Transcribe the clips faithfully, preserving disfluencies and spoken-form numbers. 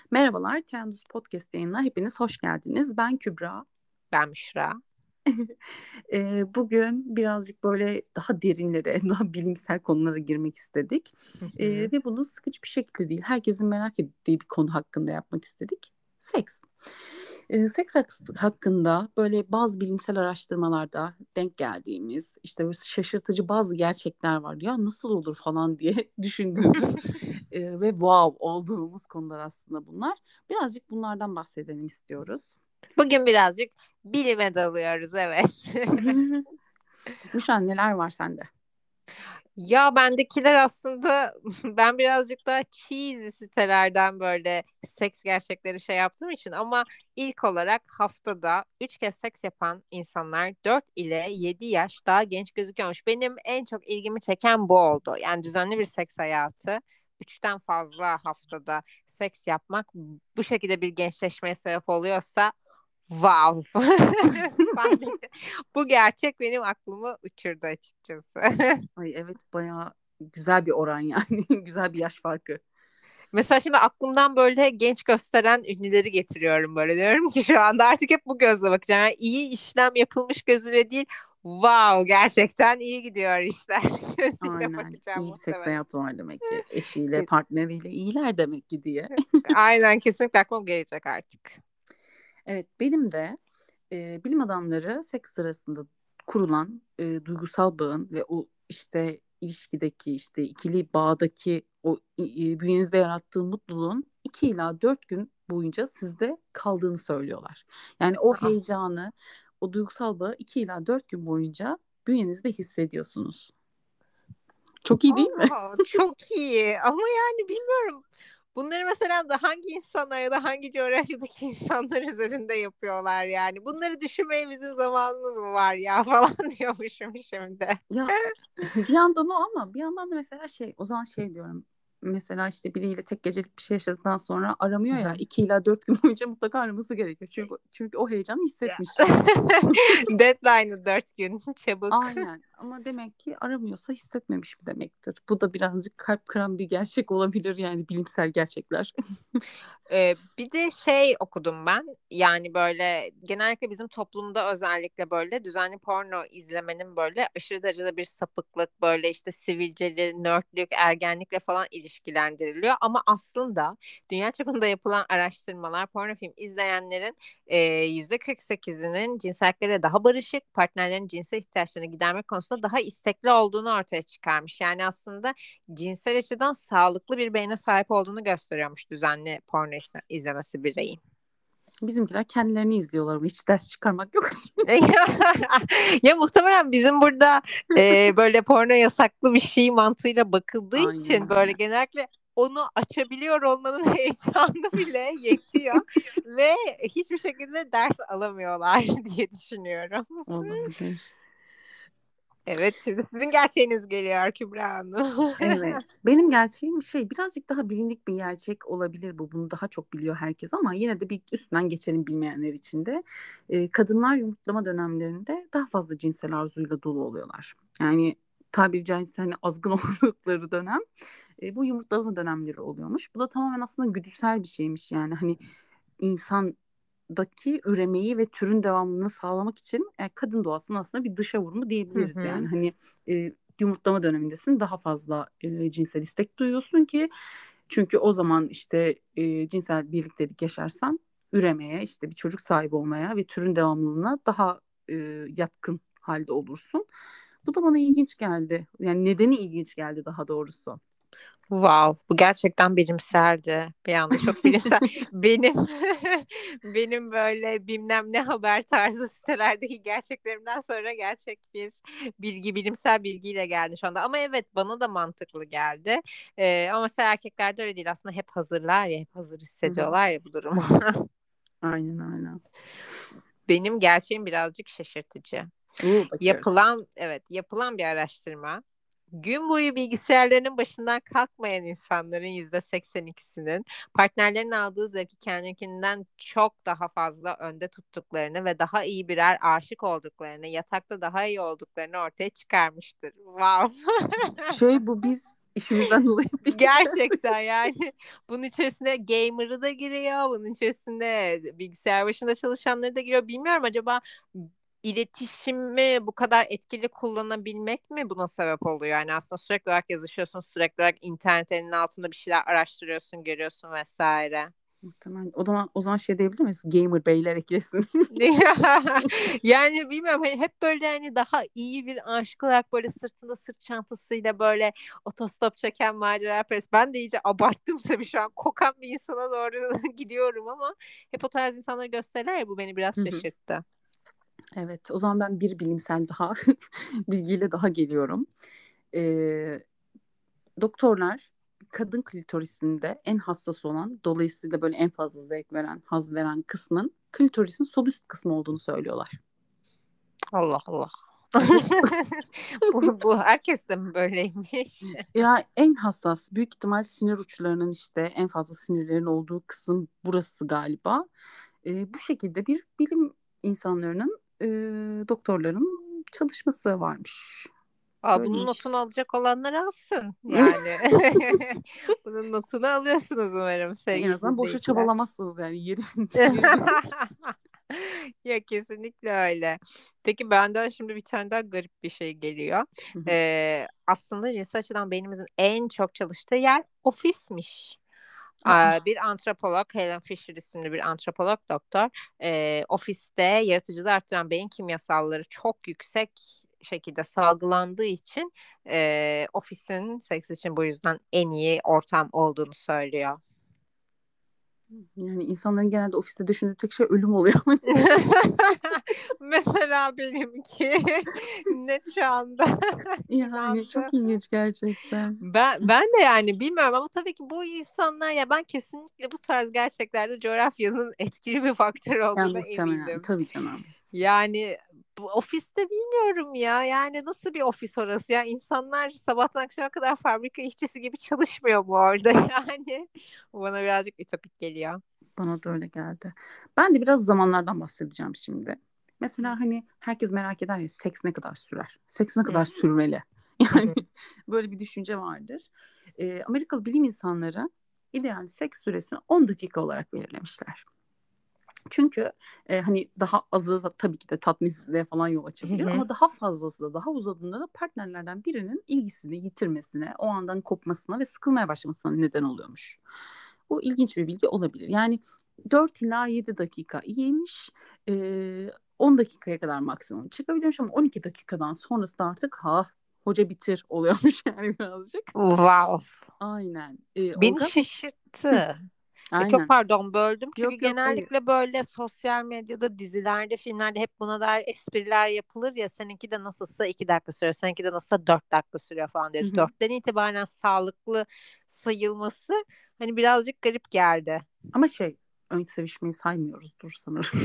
Merhabalar, Trendus Podcast yayınına hepiniz hoş geldiniz. Ben Kübra. Ben Müşra. Eee, bugün birazcık böyle daha derinlere, daha bilimsel konulara girmek istedik. Hı Eee, hı. ve bunu sıkıcı bir şekilde değil, herkesin merak ettiği bir konu hakkında yapmak istedik. Seks. Eee, seks hak- hakkında böyle bazı bilimsel araştırmalarda denk geldiğimiz, işte böyle şaşırtıcı bazı gerçekler var. Ya nasıl olur falan diye düşündüğümüz eee, ve wow olduğumuz konular aslında bunlar. Birazcık bunlardan bahsedelim istiyoruz. Bugün birazcık bilime dalıyoruz, evet. Müşen neler var sende? Ya bendekiler aslında ben birazcık daha cheesy sitelerden böyle seks gerçekleri şey yaptığım için ama ilk olarak haftada üç kez seks yapan insanlar dört ile yedi yaş daha genç gözüküyormuş. Benim en çok ilgimi çeken bu oldu. Yani düzenli bir seks hayatı, üçten fazla haftada seks yapmak bu şekilde bir gençleşmeye sebep oluyorsa wow. Sadece bu gerçek benim aklımı uçurdu açıkçası. Ay evet bayağı güzel bir oran yani. Güzel bir yaş farkı. Mesela şimdi aklımdan böyle genç gösteren ünlüleri getiriyorum böyle. Diyorum ki şu anda artık hep bu gözle bakacağım. Yani iyi işlem yapılmış gözüyle değil. Wow, gerçekten iyi gidiyor işler gözüyle Aynen. bakacağım İyi bir seks muhtemelen. hayatı var demek ki. Eşiyle, partneriyle iyiler demek ki diye. Aynen, kesinlikle aklıma gelecek artık. Evet benim de e, bilim adamları seks sırasında kurulan e, duygusal bağın ve o işte ilişkideki işte ikili bağdaki o e, bünyenizde yarattığı mutluluğun iki ila dört gün boyunca sizde kaldığını söylüyorlar. Yani o Aa. heyecanı, o duygusal bağı iki ila dört gün boyunca bünyenizde hissediyorsunuz. Çok iyi değil mi? Aa, çok iyi ama yani bilmiyorum. Bunları mesela da hangi insanlar ya da hangi coğrafyadaki insanlar üzerinde yapıyorlar yani. Bunları düşünmeye bizim zamanımız mı var ya falan diyormuşum şimdi. Ya bir yandan o ama bir yandan da mesela şey o zaman şey diyorum. Mesela işte biriyle tek gecelik bir şey yaşadıktan sonra Hı aramıyor ya hı. iki ila dört gün boyunca mutlaka araması gerekiyor. Çünkü çünkü o heyecanı hissetmiş. Deadline'ı dört gün çabuk. Aynen ama demek ki aramıyorsa hissetmemiş mi demektir. Bu da birazcık kalp kıran bir gerçek olabilir yani bilimsel gerçekler. Ee, bir de şey okudum ben, yani böyle genellikle bizim toplumda özellikle böyle düzenli porno izlemenin böyle aşırı derecede bir sapıklık, böyle işte sivilceli, nörtlük, ergenlikle falan ilişkilendiriliyor ama aslında dünya çapında yapılan araştırmalar porno film izleyenlerin e, yüzde kırk sekizinin cinselliklere daha barışık, partnerlerin cinsel ihtiyaçlarını gidermek konusunda daha istekli olduğunu ortaya çıkarmış. Yani aslında cinsel açıdan sağlıklı bir beyne sahip olduğunu gösteriyormuş düzenli porno izle- izlemesi bireyin. Bizimkiler kendilerini izliyorlar ama hiç ders çıkarmak yok. Ya muhtemelen bizim burada e, böyle porno yasaklı bir şey mantığıyla bakıldığı Aynen için böyle öyle. genellikle onu açabiliyor olmanın heyecanı bile yetiyor ve hiçbir şekilde ders alamıyorlar diye düşünüyorum. Olabilir. Evet, şimdi sizin gerçeğiniz geliyor Kübra Hanım. Evet. Benim gerçeğim şey birazcık daha bilindik bir gerçek olabilir bu. Bunu daha çok biliyor herkes ama yine de bir üstünden geçelim bilmeyenler için de. Ee, kadınlar yumurtlama dönemlerinde daha fazla cinsel arzuyla dolu oluyorlar. Yani tabiri caizse hani azgın oldukları dönem e, bu yumurtlama dönemleri oluyormuş. Bu da tamamen aslında güdüsel bir şeymiş yani hani insandaki üremeyi ve türün devamını sağlamak için e, kadın doğasının aslında bir dışa vurumu Hı diyebiliriz yani. hı. Hani e, yumurtlama dönemindesin daha fazla e, cinsel istek duyuyorsun ki çünkü o zaman işte e, cinsel birliktelik yaşarsan üremeye işte bir çocuk sahibi olmaya ve türün devamlılığına daha e, yatkın halde olursun. Bu da bana ilginç geldi. Yani nedeni ilginç geldi daha doğrusu. Wow, bu gerçekten bilimseldi. Bir anda çok bilimsel. Benim benim böyle bilmem ne haber tarzı sitelerdeki gerçeklerimden sonra gerçek bir bilgi, bilimsel bilgiyle geldi şu anda. Ama evet, bana da mantıklı geldi. Ee, ama mesela erkeklerde öyle değil. Aslında hep hazırlar ya, hep hazır Hı hı. hissediyorlar ya bu durumu. Aynen aynen. Benim gerçeğim birazcık şaşırtıcı. Oo, bakıyoruz. Yapılan, evet, yapılan bir araştırma. Gün boyu bilgisayarlarının başından kalkmayan insanların yüzde seksen ikisinin partnerlerin aldığı zevki kendilerinden çok daha fazla önde tuttuklarını ve daha iyi birer aşık olduklarını, yatakta daha iyi olduklarını ortaya çıkarmıştır. Wow. Şey bu biz İşimizden dolayı bilgisayar. Gerçekten yani bunun içerisine gamer'ı da giriyor. Bunun içerisinde bilgisayar başında çalışanları da giriyor. Bilmiyorum, acaba iletişimi bu kadar etkili kullanabilmek mi buna sebep oluyor? Yani aslında sürekli olarak yazışıyorsun, sürekli olarak internetin altında bir şeyler araştırıyorsun, görüyorsun vesaire. Muhtemelen. O zaman o zaman şey diyebilir miyiz? Gamer beyler eklesin. Yani bilmiyorum, hani hep böyle hani daha iyi bir aşık olarak böyle sırtında sırt çantasıyla böyle otostop çeken macera perest. Ben de iyice abarttım tabii, şu an kokan bir insana doğru gidiyorum ama hep o tarz insanları gösterirler ya, bu beni biraz Hı hı. şaşırttı. Evet, o zaman ben bir bilimsel daha bilgiyle daha geliyorum. Ee, Doktorlar kadın klitorisinde en hassas olan, dolayısıyla böyle en fazla zevk veren, haz veren kısmın klitorisin sol üst kısmı olduğunu söylüyorlar. Allah Allah. Evet. Bu, bu herkes de mi böyleymiş? Ya en hassas, büyük ihtimal sinir uçlarının işte en fazla sinirlerin olduğu kısım burası galiba. Ee, bu şekilde bir bilim insanlarının, e, doktorların çalışması varmış. Aa, Böyle bunun notunu işte. alacak olanlar alsın yani. Bunun notunu alıyorsunuz umarım En sevgili azından boşa dinleyiciler. çabalamazsınız yani yeri, yeri gelir. Ya kesinlikle öyle. Peki benden şimdi bir tane daha garip bir şey geliyor. Hı hı. Ee, aslında cinsel açıdan beynimizin en çok çalıştığı yer ofismiş. Aa, Aa, bir antropolog, Helen Fisher isimli bir antropolog doktor, e, ofiste yaratıcılığı arttıran beyin kimyasalları çok yüksek şekilde salgılandığı için e, ofisin seks için bu yüzden en iyi ortam olduğunu söylüyor. yani insanların genelde ofiste düşündüğü tek şey ölüm oluyor. Mesela benimki net şu anda Yani inandım. çok ilginç gerçekten. Ben ben de yani bilmiyorum ama tabii ki bu insanlar, ya ben kesinlikle bu tarz gerçeklerde coğrafyanın etkili bir faktör Yani olduğuna muhtemelen eminim. tabii canım. Yani bu ofiste bilmiyorum ya. Yani nasıl bir ofis orası ya? İnsanlar sabahtan akşama kadar fabrika işçisi gibi çalışmıyor bu orada yani. Bu bana birazcık ütopik geliyor. Bana da öyle geldi. Ben de biraz zamanlardan bahsedeceğim şimdi. Hı Mesela hani herkes merak eder ya, seks ne kadar sürer? Seks ne kadar hı. sürmeli? Hı Yani hı. böyle bir düşünce vardır. Ee, Amerikalı bilim insanları ideal seks süresini on dakika olarak belirlemişler. Çünkü e, hani daha azı da tabii ki de tatminsizliğe falan yol Hı açabilir, hı. ama daha fazlası da, daha uzadığında da partnerlerden birinin ilgisini yitirmesine, o andan kopmasına ve sıkılmaya başlamasına neden oluyormuş. Bu ilginç bir bilgi olabilir. Yani dört ila yedi dakika iyiymiş. E, on dakikaya kadar maksimum çıkabiliyormuş, ama on iki dakikadan sonrası da artık ha hoca bitir oluyormuş yani birazcık. Wow. Aynen. E, Beni orgazm. Hı, şaşırttı. E, çok aynen. pardon böldüm. Çünkü Yok yok, hayır. genellikle böyle sosyal medyada, dizilerde, filmlerde hep buna dair espriler yapılır ya. Seninki de nasılsa iki dakika sürüyor, seninki de nasılsa dört dakika sürüyor falan Hı diye. hı. Dörtten itibaren sağlıklı sayılması hani birazcık garip geldi. Ama şey, ön sevişmeyi saymıyoruzdur sanırım.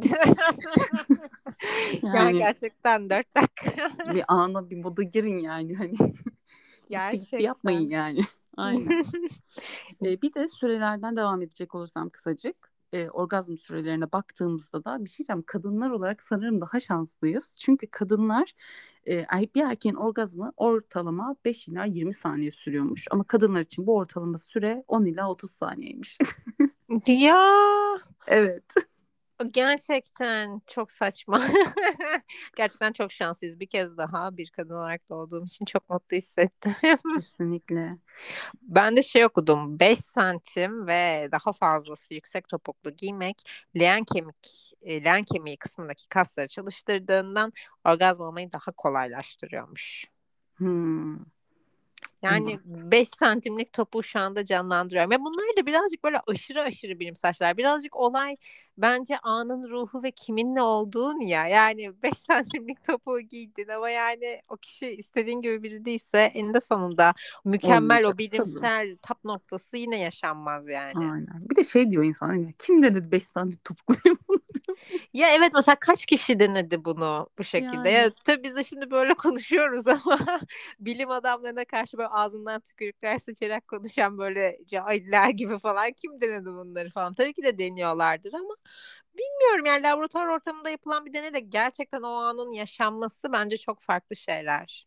Ya Yani gerçekten dört dakika. bir ana bir moda girin yani, hani gitti gitti yapmayın Gerçekten. yani. Aynen. Ee, bir de sürelerden devam edecek olursam kısacık, e, orgazm sürelerine baktığımızda da bir şey diyeceğim. Kadınlar olarak sanırım daha şanslıyız. Çünkü kadınlar, e, er- bir erkeğin orgazmı ortalama beş ila yirmi saniye sürüyormuş. Ama kadınlar için bu ortalama süre on ila otuz saniyeymiş. Ya Evet. gerçekten çok saçma. Gerçekten çok şanslıyız. Bir kez daha bir kadın olarak doğduğum için çok mutlu hissettim. Kesinlikle. Ben de şey okudum. Beş santim ve daha fazlası yüksek topuklu giymek leğen kemik, e, leğen kemiği kısmındaki kasları çalıştırdığından orgazm olmayı daha kolaylaştırıyormuş. Hmm. Yani beş santimlik topuğu şu anda canlandırıyorum. Ve bunlar da birazcık böyle aşırı aşırı bilimsel şeyler. Birazcık olay bence anın ruhu ve kiminle olduğun ya. Yani beş santimlik topuğu giydin ama yani o kişi istediğin gibi biri değilse eninde sonunda mükemmel o Olmayacak tabii. bilimsel tap noktası yine yaşanmaz yani. Aynen. Bir de şey diyor insan, hani kim denedi beş santim topuklu bunu diyorsun. Ya evet, mesela kaç kişi denedi bunu bu şekilde? Ya Yani. tabii biz de şimdi böyle konuşuyoruz ama bilim adamlarına karşı böyle ağzından tükürükler sıçarak konuşan böyle cahiller gibi falan kim denedi bunları falan? Tabii ki de deniyorlardır ama bilmiyorum, yani laboratuvar ortamında yapılan bir deneyle gerçekten o anın yaşanması bence çok farklı şeyler.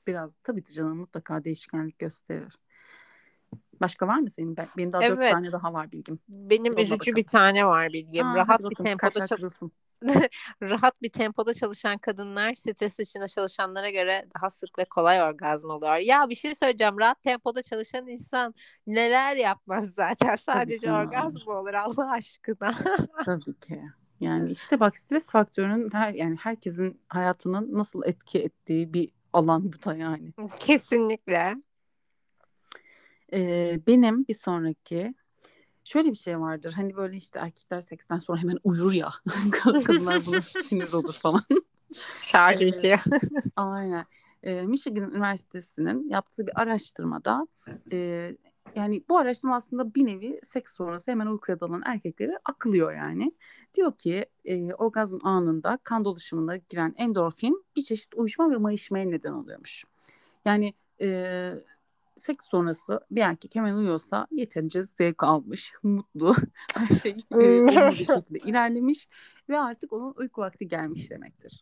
biraz tabii ki canım mutlaka değişkenlik gösterir. Başka var mı senin? Ben- Benim daha dört Evet. tane daha var bilgim. Benim Yolla üzücü bir bakalım. tane var bilgim. Aa, hadi Rahat bir bakalım tempoda kalpler çal- kırılsın. rahat bir tempoda çalışan kadınlar stres içinde çalışanlara göre daha sık ve kolay orgazm oluyor. Ya bir şey söyleyeceğim. Rahat tempoda çalışan insan neler yapmaz zaten. Tabii Sadece canım. orgazm mı olur Allah aşkına? Tabii ki. Yani işte bak stres faktörünün her yani herkesin hayatının nasıl etki ettiği bir alan bu da yani. Kesinlikle. Ee, benim bir sonraki şöyle bir şey vardır. Hani böyle işte erkekler seksten sonra hemen uyur ya. Kadınlar buna sinir olur falan. Şarj Ee, bitiyor. aynen. Ee, Michigan Üniversitesi'nin yaptığı bir araştırmada e, yani bu araştırma aslında bir nevi seks sonrası hemen uykuya dalan erkekleri aklıyor yani. Diyor ki e, orgazm anında kan dolaşımına giren endorfin bir çeşit uyuşma ve mayışmaya neden oluyormuş. Yani e, seks sonrası bir erkek hemen uyuyorsa yeterince zevk almış, mutlu, her şey e, olumlu bir şekilde ilerlemiş ve artık onun uyku vakti gelmiş demektir.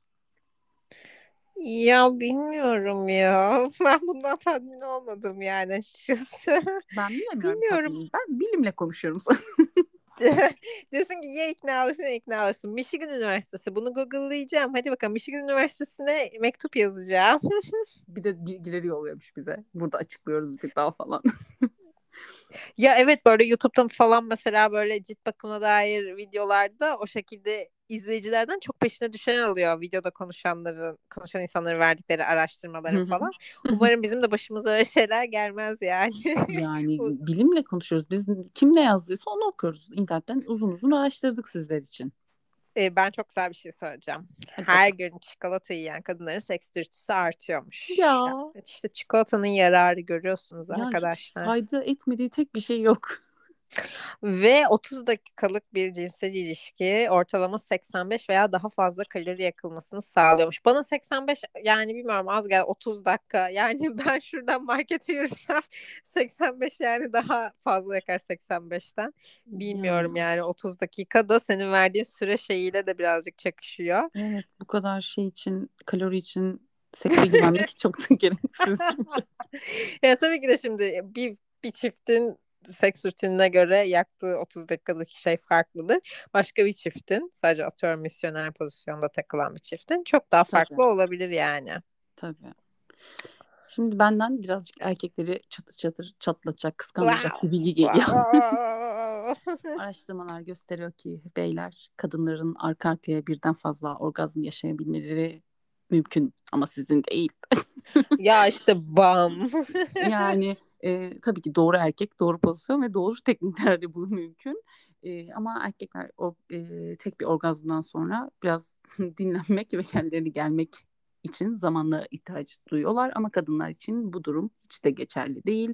Ya bilmiyorum ya. Ben bundan tatmin olmadım yani açıkçası. Ben bilemiyorum Bilmiyorum. tatlım. Ben bilimle konuşuyorum sana. Diyorsun ki ya ikna olursun ya ikna olursun. Michigan Üniversitesi. Bunu Google'layacağım. Hadi bakalım Michigan Üniversitesi'ne mektup yazacağım. Bir de bilgileri yolluyormuş bize. Burada açıklıyoruz bir daha falan. Ya evet böyle YouTube'dan falan mesela böyle cilt bakımına dair videolarda o şekilde izleyicilerden çok peşine düşen oluyor videoda konuşanların, konuşan insanların verdikleri Hı araştırmaların hı. falan. Umarım bizim de başımıza öyle şeyler gelmez yani. Yani Bu- bilimle konuşuyoruz. Biz kim ne yazdıysa onu okuyoruz. İnternetten uzun uzun araştırdık sizler için. E, ben çok güzel bir şey söyleyeceğim. Hadi Her bakalım. gün çikolata yiyen kadınların seks dürtüsü artıyormuş. Ya Evet, işte çikolatanın yararı görüyorsunuz ya hiç arkadaşlar. fayda etmediği tek bir şey yok. Ve otuz dakikalık bir cinsel ilişki ortalama seksen beş veya daha fazla kalori yakılmasını sağlıyormuş. Bana seksen beş yani bilmiyorum az gel otuz dakika. Yani ben şuradan markete yürüsem seksen beş yani daha fazla yakar seksen beşten. Bilmiyorum Yani yani otuz dakikada senin verdiğin süre şeyiyle de birazcık çakışıyor. evet bu kadar şey için kalori için sekse güvenmek çok da gereksiz bence. Ya tabii ki de şimdi bir bir çiftin seks rutinine göre yaktığı otuz dakikadaki şey farklıdır. Başka bir çiftin sadece atıyorum misyoner pozisyonda takılan bir çiftin çok daha Tabii farklı olabilir yani. tabii. Şimdi benden birazcık erkekleri çatır çatır çatlatacak, kıskandıracak Wow. bir bilgi geliyor. Wow. Araştırmalar gösteriyor ki beyler kadınların arka arkaya birden fazla orgazm yaşayabilmeleri mümkün ama sizin değil. Ya işte bam. Yani e, tabii ki doğru erkek, doğru pozisyon ve doğru tekniklerle bu mümkün. E, ama erkekler o e, tek bir orgazmdan sonra biraz dinlenmek ve kendilerini gelmek için zamanla ihtiyaç duyuyorlar. Ama kadınlar için bu durum hiç de geçerli değil.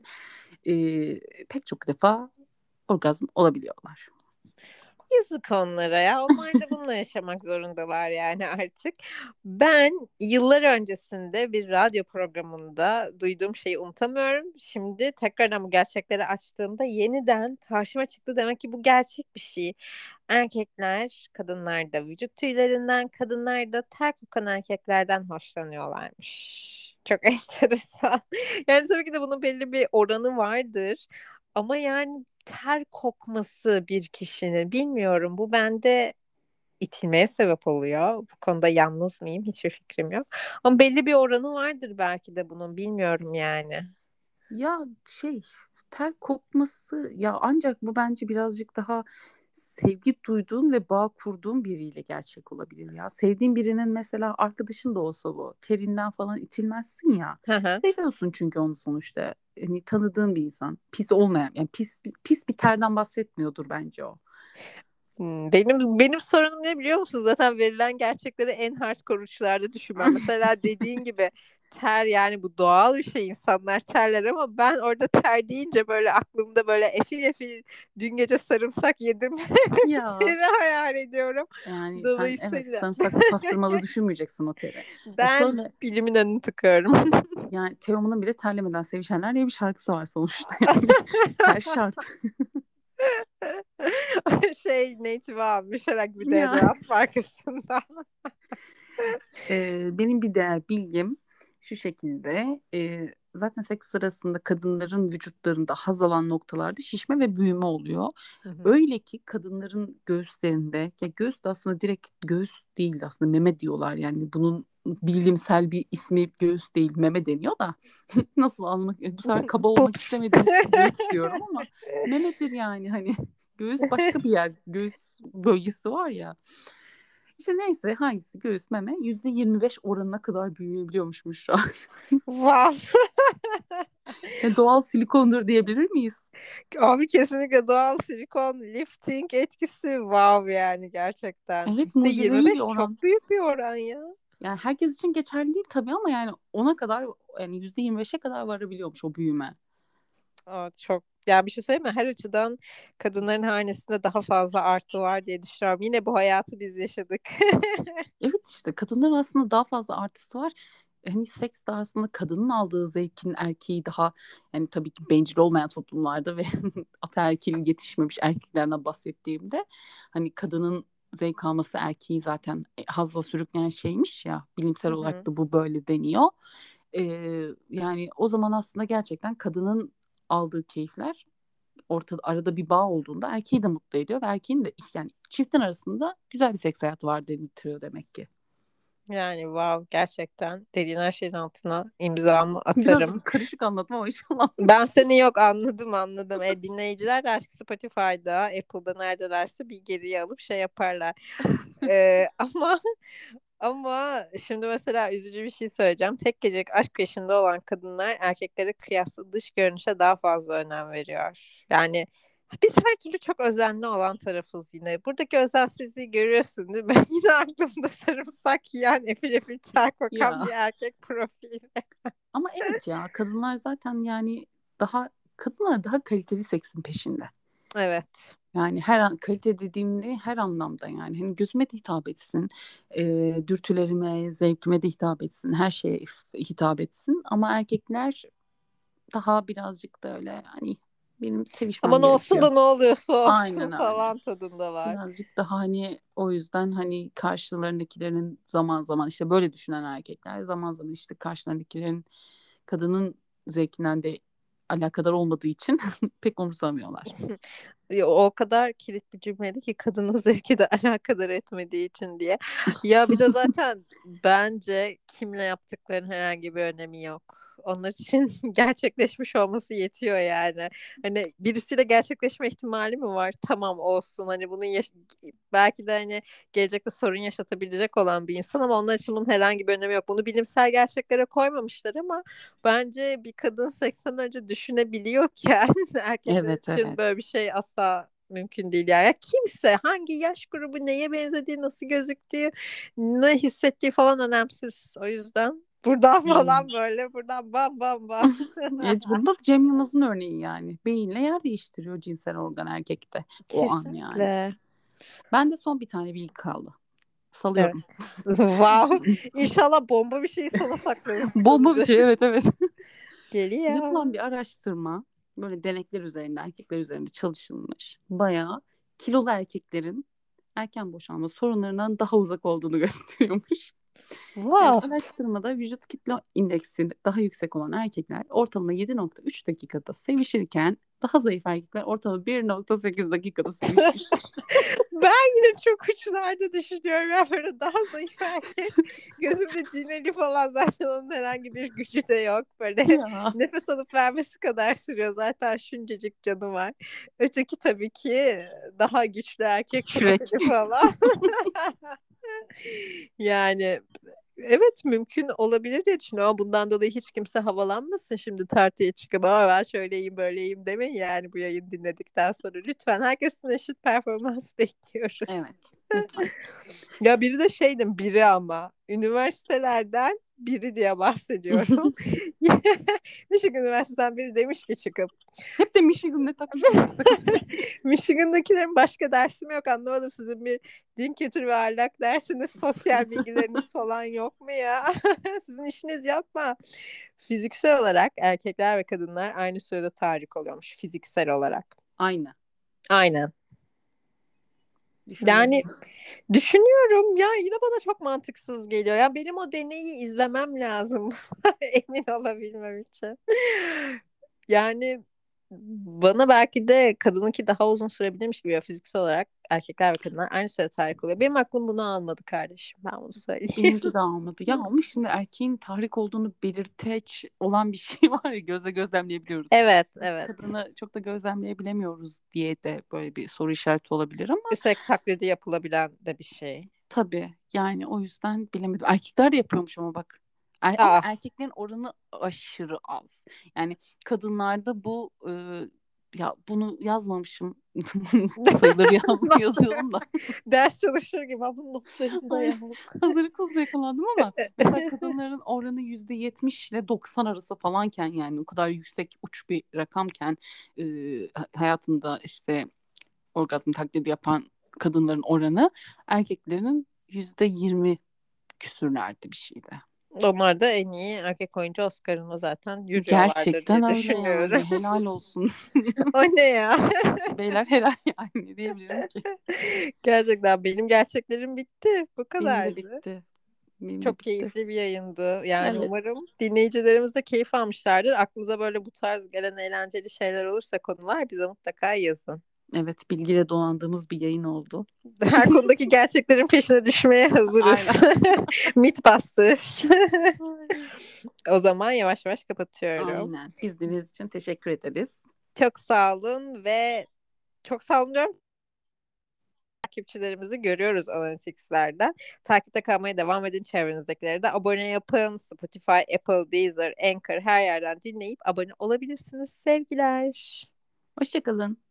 E, pek çok defa orgazm olabiliyorlar. Yazık onlara ya. Onlar da bununla yaşamak zorundalar yani artık. Ben yıllar öncesinde bir radyo programında duyduğum şeyi unutamıyorum. Şimdi tekrardan bu gerçekleri açtığımda yeniden karşıma çıktı. Demek ki bu gerçek bir şey. Erkekler kadınlarda vücut tüylerinden, kadınlar da ter kokan erkeklerden hoşlanıyorlarmış. Çok enteresan. Yani tabii ki de bunun belli bir oranı vardır. Ama yani ter kokması bir kişinin bilmiyorum bu bende itilmeye sebep oluyor. Bu konuda yalnız mıyım? Hiçbir fikrim yok. Ama belli bir oranı vardır belki de bunun bilmiyorum yani. Ya şey ter kokması ya ancak bu bence birazcık daha sevgi duyduğun ve bağ kurduğun biriyle gerçek olabilir ya. Sevdiğin birinin mesela arkadaşın da olsa bu terinden falan itilmezsin ya. Hı hı. Seviyorsun çünkü onu sonuçta. Hani tanıdığın bir insan. Pis olmayan yani pis pis bir terden bahsetmiyordur bence o. Hmm, Benim benim sorunum ne biliyor musun? Zaten verilen gerçekleri en hardcore uçlarda düşünmem. Mesela dediğin gibi ter yani bu doğal bir şey insanlar terler ama ben orada ter deyince böyle aklımda böyle efil efil dün gece sarımsak yedim Ya teri hayal ediyorum. yani sen evet Dolayısıyla sarımsaklı pastırmalı düşünmeyeceksin o teri. Ya ben şöyle bilimin önünü tıkıyorum. yani Teoman'ın bile terlemeden sevişenler diye bir şarkısı var sonuçta yani. Ter şart. Şey native almış herhalde bir Ya deodorant markasından. e, benim bir de bilgim şu şekilde e, zaten seks sırasında kadınların vücutlarında haz alan noktalarda şişme ve büyüme oluyor. Hı hı. Öyle ki kadınların göğüslerinde, ya göğüs de aslında direkt göğüs değil, aslında meme diyorlar. Yani bunun bilimsel bir ismi göğüs değil, meme deniyor da nasıl almak, bu sefer kaba olmak Pups. istemediğim için göğüs diyorum ama memedir yani, hani göğüs başka bir yer, göğüs bölgesi var ya. İşte neyse, hangisi göğüs meme yüzde yirmi beş oranına kadar büyüyebiliyormuş Müşra. Wow. Yani doğal silikondur diyebilir miyiz? Abi kesinlikle doğal silikon lifting etkisi wow yani gerçekten. Evet, mucizevi bir yüzde yirmi beş oran. çok büyük bir oran ya. Yani herkes için geçerli değil tabii ama yani ona kadar, yani yüzde yirmi beşe kadar varabiliyormuş o büyüme. Aa, çok ya bir şey söyleyeyim mi? Her açıdan kadınların hanesinde daha fazla artı var diye düşünüyorum. Yine bu hayatı biz yaşadık. Evet, işte kadınların aslında daha fazla artısı var. Hani seks de aslında kadının aldığı zevkin erkeği daha, yani tabii ki bencil olmayan toplumlarda ve ataerkil yetişmemiş erkeklerden bahsettiğimde, hani kadının zevk alması erkeği zaten e, hazla sürükleyen şeymiş ya, Hı bilimsel olarak hı. da bu böyle deniyor. Ee, Yani o zaman aslında gerçekten kadının aldığı keyifler ortada, arada bir bağ olduğunda erkeği de mutlu ediyor ve erkeğin de, yani çiftin arasında güzel bir seks hayatı var dedirtiyor demek ki. Yani wow gerçekten dediğin her şeyin altına imzamı atarım. Birazcık karışık anlattım ama inşallah Ben anlamışsın. seni yok anladım anladım. E, dinleyiciler de artık Spotify'da, Apple'da neredelerse bir geriye alıp şey yaparlar. E, ama ama şimdi mesela üzücü bir şey söyleyeceğim. Tek gecelik aşk peşinde olan kadınlar erkeklere kıyasla dış görünüşe daha fazla önem veriyor. Yani biz her türlü çok özenli olan tarafız yine. Buradaki özensizliği görüyorsun değil mi? Yine aklımda sarımsak yiyen efil efil ter kokan Ya bir erkek profili. ama evet ya, kadınlar zaten yani daha, kadınlar daha kaliteli seksin peşinde. Evet. Yani her an, kalite dediğimde her anlamda, yani hani gözüme de hitap etsin, e, dürtülerime, zevkime de hitap etsin, her şeye if- hitap etsin. Ama erkekler daha birazcık böyle, hani benim sevişmem Aman olsun gerekiyor. da ne oluyorsa olsun Aynen öyle. falan tadındalar. Birazcık daha hani, o yüzden hani karşılarındakilerin zaman zaman, işte böyle düşünen erkekler zaman zaman işte karşılarındakilerin kadının zevkinden de alakadar olmadığı için pek umursamıyorlar. Ya, o kadar kilit bir cümleydi ki kadının zevki de alakadar etmediği için diye. Ya bir de zaten bence kimle yaptıklarının herhangi bir önemi yok. Onlar için gerçekleşmiş olması yetiyor yani. Hani birisiyle gerçekleşme ihtimali mi var? Tamam olsun. Hani bunun yaş- belki de hani gelecekte sorun yaşatabilecek olan bir insan ama onlar için bunun herhangi bir önemi yok. Bunu bilimsel gerçeklere koymamışlar ama bence bir kadın seksen önce düşünebiliyorken erkekler Evet, için evet. böyle bir şey asla mümkün değil yani. Ya kimse hangi yaş grubu neye benzediği, nasıl gözüktüğü, ne hissettiği falan önemsiz. O yüzden buradan Hmm. falan böyle buradan bam bam bam. Evet, burada da Cem Yılmaz'ın örneği yani. Beyinle yer değiştiriyor cinsel organ erkekte o an yani. Kesinlikle. Ben de son bir tane bilgi kaldı. Evet. Salıyorum. Wow. İnşallah bomba bir şeyi sona Bomba bir saklamışsındır. şey, evet, evet. Geliyor. Yapılan bir araştırma, böyle denekler üzerinde, erkekler üzerinde çalışılmış. Bayağı kilolu erkeklerin erken boşanma sorunlarından daha uzak olduğunu gösteriyormuş. Yani Wow. araştırmada vücut kitle indeksi daha yüksek olan erkekler ortalama yedi nokta üç dakikada sevişirken daha zayıf erkekler ortalama bir nokta sekiz dakikada sevişmiş. Ben yine çok uçlarda düşünüyorum ya böyle daha zayıf erkek. Gözümde cineli falan zaten onun herhangi bir gücü de yok. Böyle Ya nefes alıp vermesi kadar sürüyor zaten şuncacık canı var. Öteki tabii ki daha güçlü erkek Shrek. profili falan. Yani evet mümkün olabilir diye düşünüyorum ama bundan dolayı hiç kimse havalanmasın şimdi tartıya çıkıp ama ben şöyleyim böyleyim demeyin yani bu yayın dinledikten sonra lütfen herkesin eşit performans bekliyoruz. Evet, lütfen. Ya biri de şeydim biri ama üniversitelerden biri diye bahsediyorum. Michigan Üniversitesi'nden biri demiş ki çıkıp Hep de Michigan'da takmışım yoksa. Michigan'dakilerin başka dersi mi yok anlamadım. Sizin bir din kültürü ve ahlak dersiniz, sosyal bilgileriniz falan yok mu ya? Sizin işiniz yok mu? Fiziksel olarak erkekler ve kadınlar aynı sürede tahrik oluyormuş fiziksel olarak. Aynı. Aynen. Yani Düşündürücü. Düşünüyorum ya, yine bana çok mantıksız geliyor. Ya benim o deneyi izlemem lazım emin olabilmem için. Yani bana belki de kadınınki daha uzun sürebilirmiş gibi ya, fiziksel olarak erkekler ve kadınlar aynı süre tahrik oluyor. Benim aklım bunu almadı kardeşim, ben bunu söyleyeyim. Benimki de almadı. Ya ama şimdi erkeğin tahrik olduğunu belirteç olan bir şey var ya, gözle gözlemleyebiliyoruz. Evet, evet. Kadını çok da gözlemleyebilemiyoruz diye de böyle bir soru işareti olabilir ama Üstelik taklidi yapılabilen de bir şey. tabii yani o yüzden bilemedim. Erkekler de yapıyormuş ama bak. Er- ama Aa, erkeklerin oranı aşırı az. Yani kadınlarda bu e, ya bunu yazmamışım. Sayıları yaz, yazıyordum da. ders çalışır gibi ama bunun notlarını da Ay, yok. hazırlıksız yakalandım ama mesela kadınların oranı yüzde yetmiş ile doksan arası falanken, yani o kadar yüksek uç bir rakamken e, hayatında işte orgazm taklidi yapan kadınların oranı erkeklerin yüzde yirmi küsürlerde bir şeydi. Onlar da en iyi erkek oyuncu Oscar'ına zaten yürüyorlardır Gerçekten diye öyle düşünüyorum. yani, helal olsun. O ne ya? Beyler helal, yani ne diyebilirim ki. Gerçekten benim gerçeklerim bitti. Bu Benim de kadardı. bitti. Benim de Çok bitti. keyifli bir yayındı. Yani Evet. umarım dinleyicilerimiz de keyif almışlardır. Aklınıza böyle bu tarz gelen eğlenceli şeyler olursa, konular, bize mutlaka yazın. Evet, bilgiyle dolandığımız bir yayın oldu. Her konudaki gerçeklerin peşine düşmeye hazırız. Aynen. Mythbusters. O zaman yavaş yavaş kapatıyorum. Aynen. İzlediğiniz için teşekkür ederiz. Çok sağ olun ve çok sağ olun diyorum. Takipçilerimizi görüyoruz Analytics'lerden. Takipte kalmaya devam edin. Çevrenizdekileri de abone yapın. Spotify, Apple, Deezer, Anchor, her yerden dinleyip abone olabilirsiniz. Sevgiler. Hoşçakalın.